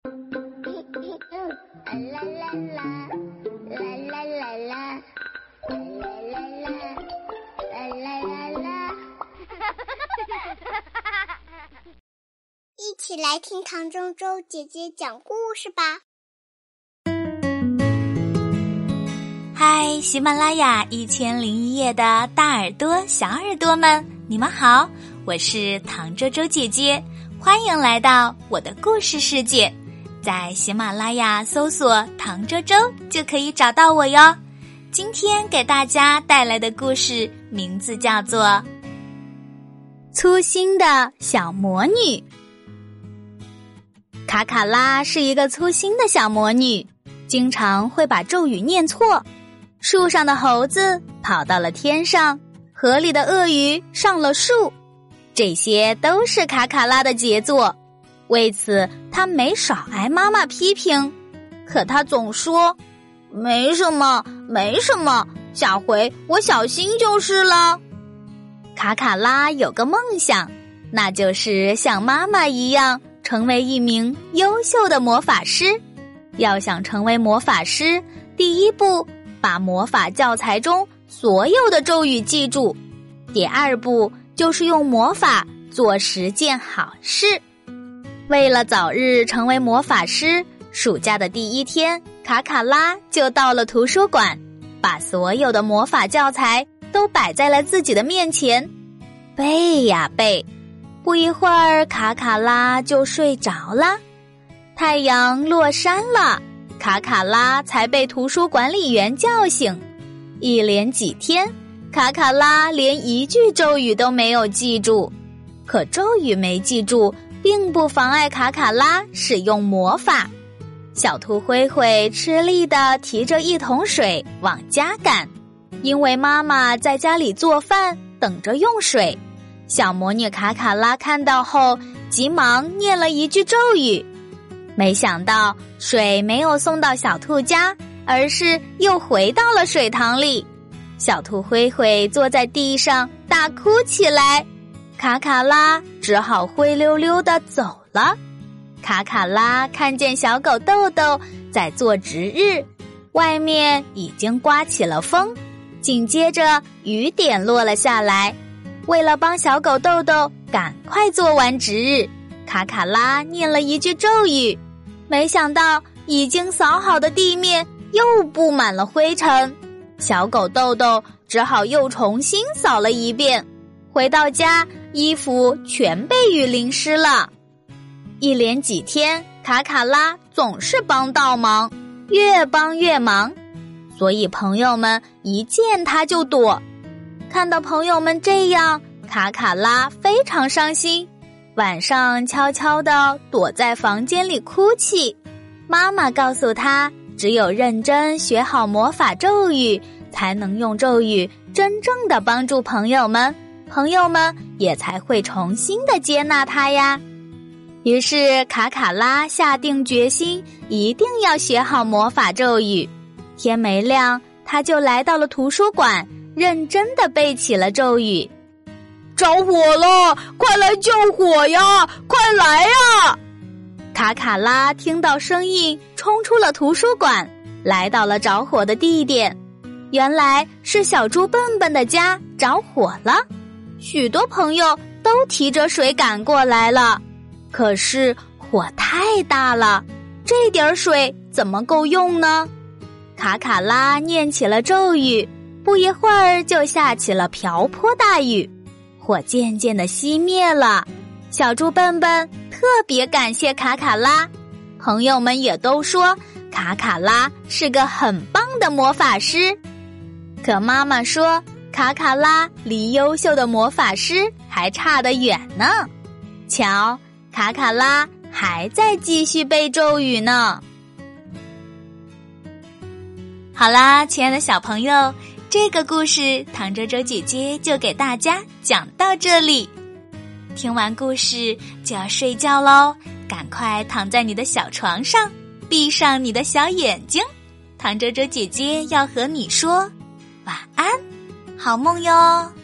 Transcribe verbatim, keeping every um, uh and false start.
啦啦啦，啦啦啦啦，啦啦啦啦，啦啦啦啦。一起来听唐周周姐姐讲故事吧。 嗨，喜马拉雅一千零一夜的大耳朵小耳朵们，你们好，我是唐周周姐姐，欢迎来到我的故事世界。在喜马拉雅搜索唐周周就可以找到我哟。今天给大家带来的故事名字叫做粗心的小魔女。卡卡拉是一个粗心的小魔女，经常会把咒语念错。树上的猴子跑到了天上，河里的鳄鱼上了树，这些都是卡卡拉的杰作。为此他没少挨妈妈批评，可他总说没什么没什么，下回我小心就是了。卡卡拉有个梦想，那就是像妈妈一样成为一名优秀的魔法师。要想成为魔法师，第一步把魔法教材中所有的咒语记住，第二步就是用魔法做十件好事。为了早日成为魔法师，暑假的第一天，卡卡拉就到了图书馆，把所有的魔法教材都摆在了自己的面前，背呀背。不一会儿，卡卡拉就睡着了。太阳落山了，卡卡拉才被图书管理员叫醒。一连几天，卡卡拉连一句咒语都没有记住。可咒语没记住并不妨碍卡卡拉使用魔法。小兔灰灰吃力地提着一桶水往家赶，因为妈妈在家里做饭等着用水。小魔女卡卡拉看到后急忙念了一句咒语，没想到水没有送到小兔家，而是又回到了水塘里。小兔灰灰坐在地上大哭起来，卡卡拉只好灰溜溜地走了。卡卡拉看见小狗豆豆在做值日，外面已经刮起了风，紧接着雨点落了下来。为了帮小狗豆豆赶快做完值日，卡卡拉念了一句咒语，没想到已经扫好的地面又布满了灰尘，小狗豆豆只好又重新扫了一遍。回到家，衣服全被雨淋湿了。一连几天，卡卡拉总是帮倒忙，越帮越忙，所以朋友们一见他就躲。看到朋友们这样，卡卡拉非常伤心，晚上悄悄地躲在房间里哭泣。妈妈告诉他，只有认真学好魔法咒语，才能用咒语真正地帮助朋友们，朋友们也才会重新地接纳他呀。于是卡卡拉下定决心，一定要学好魔法咒语。天没亮，他就来到了图书馆，认真地背起了咒语。 着火了，快来救火呀，快来呀！ 卡卡拉听到声音，冲出了图书馆，来到了着火的地点。原来是小猪笨笨的家着火了，许多朋友都提着水赶过来了。可是火太大了，这点水怎么够用呢？卡卡拉念起了咒语，不一会儿就下起了瓢泼大雨，火渐渐地熄灭了。小猪笨笨特别感谢卡卡拉，朋友们也都说卡卡拉是个很棒的魔法师。可妈妈说，卡卡拉离优秀的魔法师还差得远呢。瞧，卡卡拉还在继续背咒语呢。好啦，亲爱的小朋友，这个故事唐周周姐姐就给大家讲到这里。听完故事就要睡觉咯，赶快躺在你的小床上，闭上你的小眼睛，唐周周姐姐要和你说晚安，好梦哟。